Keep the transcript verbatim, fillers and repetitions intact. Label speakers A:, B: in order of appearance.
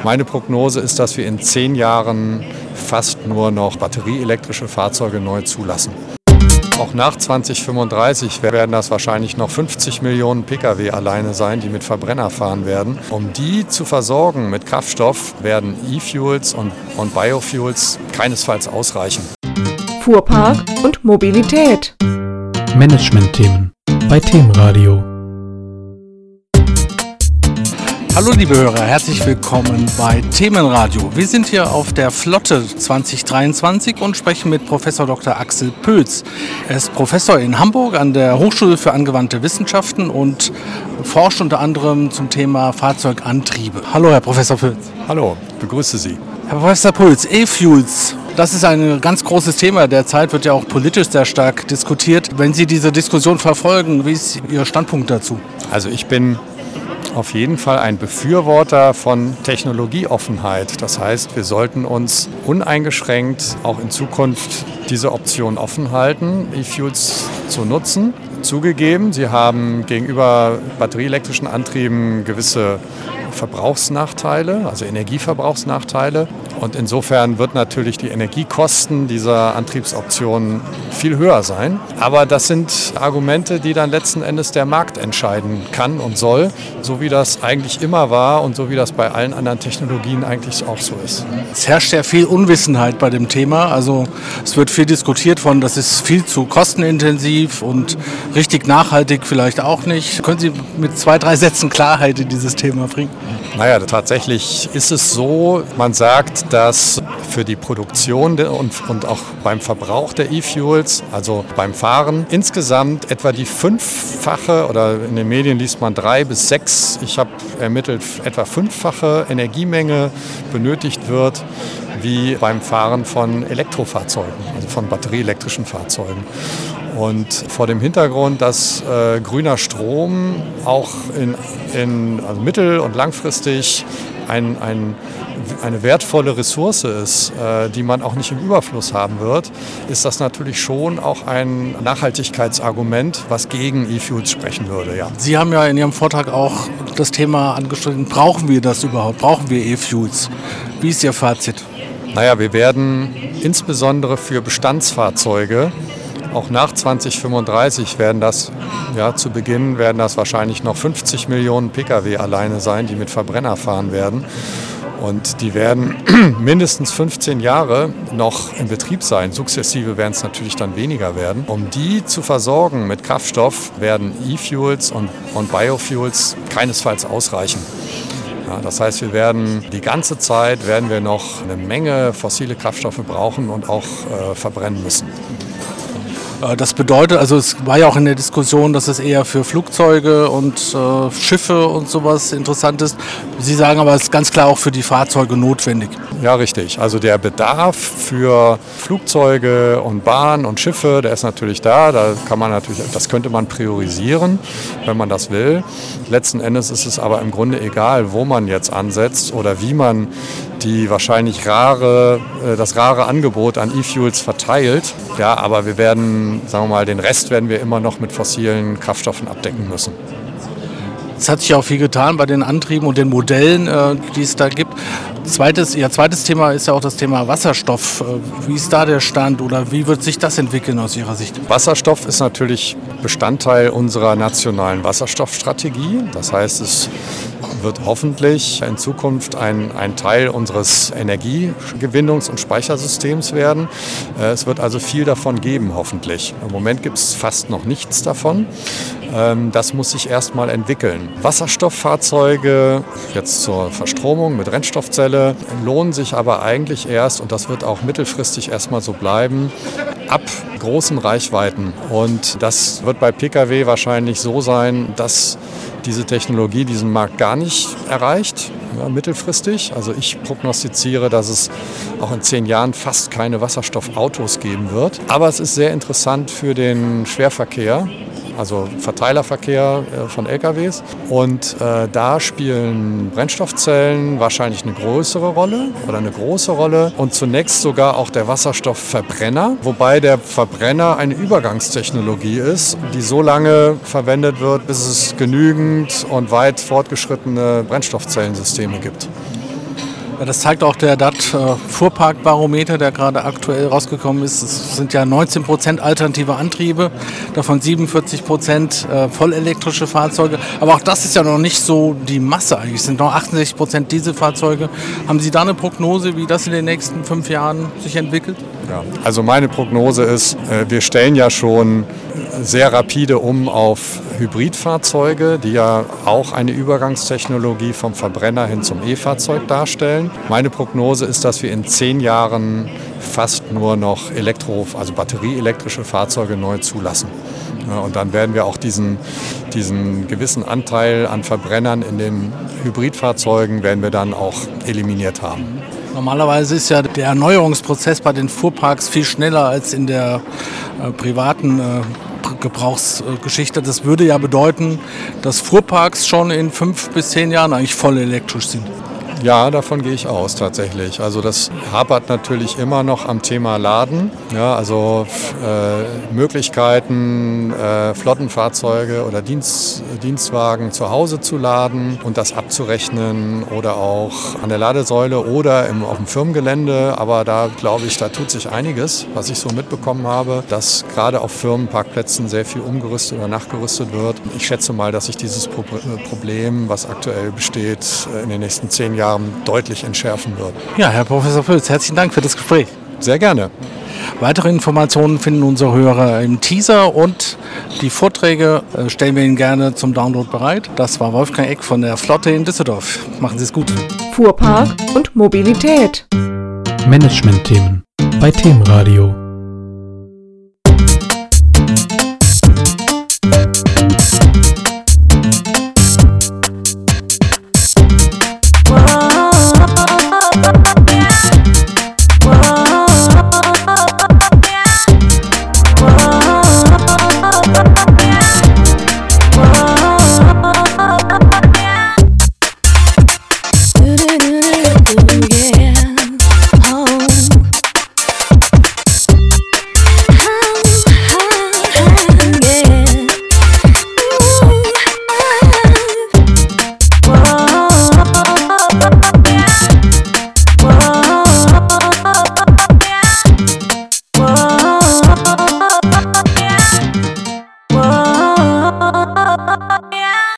A: Meine Prognose ist, dass wir in zehn Jahren fast nur noch batterieelektrische Fahrzeuge neu zulassen. Auch nach zwanzig fünfunddreißig werden das wahrscheinlich noch fünfzig Millionen Pkw alleine sein, die mit Verbrenner fahren werden. Um die zu versorgen mit Kraftstoff, werden E-Fuels und, und Biofuels keinesfalls ausreichen.
B: Fuhrpark und Mobilität.
C: Management-Themen bei Themenradio.
D: Hallo liebe Hörer, herzlich willkommen bei Themenradio. Wir sind hier auf der Flotte zwanzig dreiundzwanzig und sprechen mit Professor Doktor Axel Pölz. Er ist Professor in Hamburg an der Hochschule für angewandte Wissenschaften und forscht unter anderem zum Thema Fahrzeugantriebe. Hallo Herr Professor Pölz.
A: Hallo, begrüße Sie.
D: Herr Professor Pölz, E-Fuels, das ist ein ganz großes Thema. Derzeit wird ja auch politisch sehr stark diskutiert. Wenn Sie diese Diskussion verfolgen, wie ist Ihr Standpunkt dazu?
A: Also ich bin auf jeden Fall ein Befürworter von Technologieoffenheit. Das heißt, wir sollten uns uneingeschränkt auch in Zukunft diese Option offen halten, E-Fuels zu nutzen. Zugegeben, sie haben gegenüber batterieelektrischen Antrieben gewisse Verbrauchsnachteile, also Energieverbrauchsnachteile. Und insofern wird natürlich die Energiekosten dieser Antriebsoption viel höher sein. Aber das sind Argumente, die dann letzten Endes der Markt entscheiden kann und soll, so wie das eigentlich immer war und so wie das bei allen anderen Technologien eigentlich auch so ist.
D: Es herrscht sehr viel Unwissenheit bei dem Thema. Also es wird viel diskutiert von, das ist viel zu kostenintensiv und richtig nachhaltig vielleicht auch nicht. Können Sie mit zwei, drei Sätzen Klarheit in dieses Thema bringen?
A: Naja, tatsächlich ist es so, man sagt, dass für die Produktion und, und auch beim Verbrauch der E-Fuels, also beim Fahren, insgesamt etwa die fünffache, oder in den Medien liest man drei bis sechs, ich habe ermittelt, etwa fünffache Energiemenge benötigt wird, wie beim Fahren von Elektrofahrzeugen, also von batterieelektrischen Fahrzeugen. Und vor dem Hintergrund, dass äh, grüner Strom auch in, in also mittel- und langfristig ein, ein, eine wertvolle Ressource ist, äh, die man auch nicht im Überfluss haben wird, ist das natürlich schon auch ein Nachhaltigkeitsargument, was gegen E-Fuels sprechen würde. Ja.
D: Sie haben ja in Ihrem Vortrag auch das Thema angestrichen, brauchen wir das überhaupt? Brauchen wir E-Fuels? Wie ist Ihr Fazit?
A: Naja, wir werden insbesondere für Bestandsfahrzeuge auch nach zwanzig fünfunddreißig werden das, ja, zu Beginn werden das wahrscheinlich noch fünfzig Millionen Pkw alleine sein, die mit Verbrenner fahren werden. Und die werden mindestens fünfzehn Jahre noch in Betrieb sein. Sukzessive werden es natürlich dann weniger werden. Um die zu versorgen mit Kraftstoff, werden E-Fuels und, und Biofuels keinesfalls ausreichen. Ja, das heißt, wir werden die ganze Zeit werden wir noch eine Menge fossile Kraftstoffe brauchen und auch äh, verbrennen müssen.
D: Das bedeutet, also es war ja auch in der Diskussion, dass es eher für Flugzeuge und äh, Schiffe und sowas interessant ist. Sie sagen aber, es ist ganz klar auch für die Fahrzeuge notwendig.
A: Ja, richtig. Also der Bedarf für Flugzeuge und Bahn und Schiffe, der ist natürlich da. Da kann man natürlich, das könnte man priorisieren, wenn man das will. Letzten Endes ist es aber im Grunde egal, wo man jetzt ansetzt oder wie man die wahrscheinlich rare, das rare Angebot an E-Fuels verteilt. Ja, aber wir werden, sagen wir mal, den Rest werden wir immer noch mit fossilen Kraftstoffen abdecken müssen.
D: Es hat sich ja auch viel getan bei den Antrieben und den Modellen, äh, die es da gibt. Zweites, Ihr zweites Thema ist ja auch das Thema Wasserstoff. Wie ist da der Stand oder wie wird sich das entwickeln aus Ihrer Sicht?
A: Wasserstoff ist natürlich Bestandteil unserer nationalen Wasserstoffstrategie. Das heißt, es wird hoffentlich in Zukunft ein, ein Teil unseres Energiegewinnungs- und Speichersystems werden. Es wird also viel davon geben, hoffentlich. Im Moment gibt es fast noch nichts davon. Das muss sich erstmal entwickeln. Wasserstofffahrzeuge, jetzt zur Verstromung mit Brennstoffzelle, lohnen sich aber eigentlich erst, und das wird auch mittelfristig erstmal so bleiben, ab großen Reichweiten. Und das wird bei Pkw wahrscheinlich so sein, dass diese Technologie diesen Markt gar nicht erreicht, ja, mittelfristig. Also ich prognostiziere, dass es auch in zehn Jahren fast keine Wasserstoffautos geben wird. Aber es ist sehr interessant für den Schwerverkehr, also Verteilerverkehr von L K Ws. Und äh, da spielen Brennstoffzellen wahrscheinlich eine größere Rolle oder eine große Rolle. Und zunächst sogar auch der Wasserstoffverbrenner, wobei der Verbrenner eine Übergangstechnologie ist, die so lange verwendet wird, bis es genügend und weit fortgeschrittene Brennstoffzellensysteme gibt.
D: Ja, das zeigt auch der D A T-Fuhrparkbarometer, der gerade aktuell rausgekommen ist. Es sind ja neunzehn Prozent alternative Antriebe, davon siebenundvierzig Prozent äh, vollelektrische Fahrzeuge. Aber auch das ist ja noch nicht so die Masse eigentlich. Es sind noch achtundsechzig Prozent Dieselfahrzeuge. Haben Sie da eine Prognose, wie das in den nächsten fünf Jahren sich entwickelt?
A: Ja, also meine Prognose ist, äh, wir stellen ja schon sehr rapide um auf Hybridfahrzeuge, die ja auch eine Übergangstechnologie vom Verbrenner hin zum E-Fahrzeug darstellen. Meine Prognose ist, dass wir in zehn Jahren fast nur noch Elektro, also batterieelektrische Fahrzeuge neu zulassen. Ja, und dann werden wir auch diesen, diesen gewissen Anteil an Verbrennern in den Hybridfahrzeugen werden wir dann auch eliminiert haben.
D: Normalerweise ist ja der Erneuerungsprozess bei den Fuhrparks viel schneller als in der äh, privaten äh, Gebrauchsgeschichte. Das würde ja bedeuten, dass Fuhrparks schon in fünf bis zehn Jahren eigentlich voll elektrisch sind.
A: Ja, davon gehe ich aus tatsächlich. Also das hapert natürlich immer noch am Thema Laden. Ja, also äh, Möglichkeiten, äh, Flottenfahrzeuge oder Dienst, Dienstwagen zu Hause zu laden und das abzurechnen oder auch an der Ladesäule oder im, auf dem Firmengelände. Aber da glaube ich, da tut sich einiges, was ich so mitbekommen habe, dass gerade auf Firmenparkplätzen sehr viel umgerüstet oder nachgerüstet wird. Ich schätze mal, dass sich dieses Pro- Problem, was aktuell besteht, in den nächsten zehn Jahren deutlich entschärfen wird.
D: Ja, Herr Professor Pölz, herzlichen Dank für das Gespräch.
A: Sehr gerne.
D: Weitere Informationen finden unsere Hörer im Teaser und die Vorträge äh, stellen wir Ihnen gerne zum Download bereit. Das war Wolfgang Eck von der Flotte in Düsseldorf. Machen Sie es gut.
B: Fuhrpark und Mobilität.
C: Management-Themen bei Themenradio.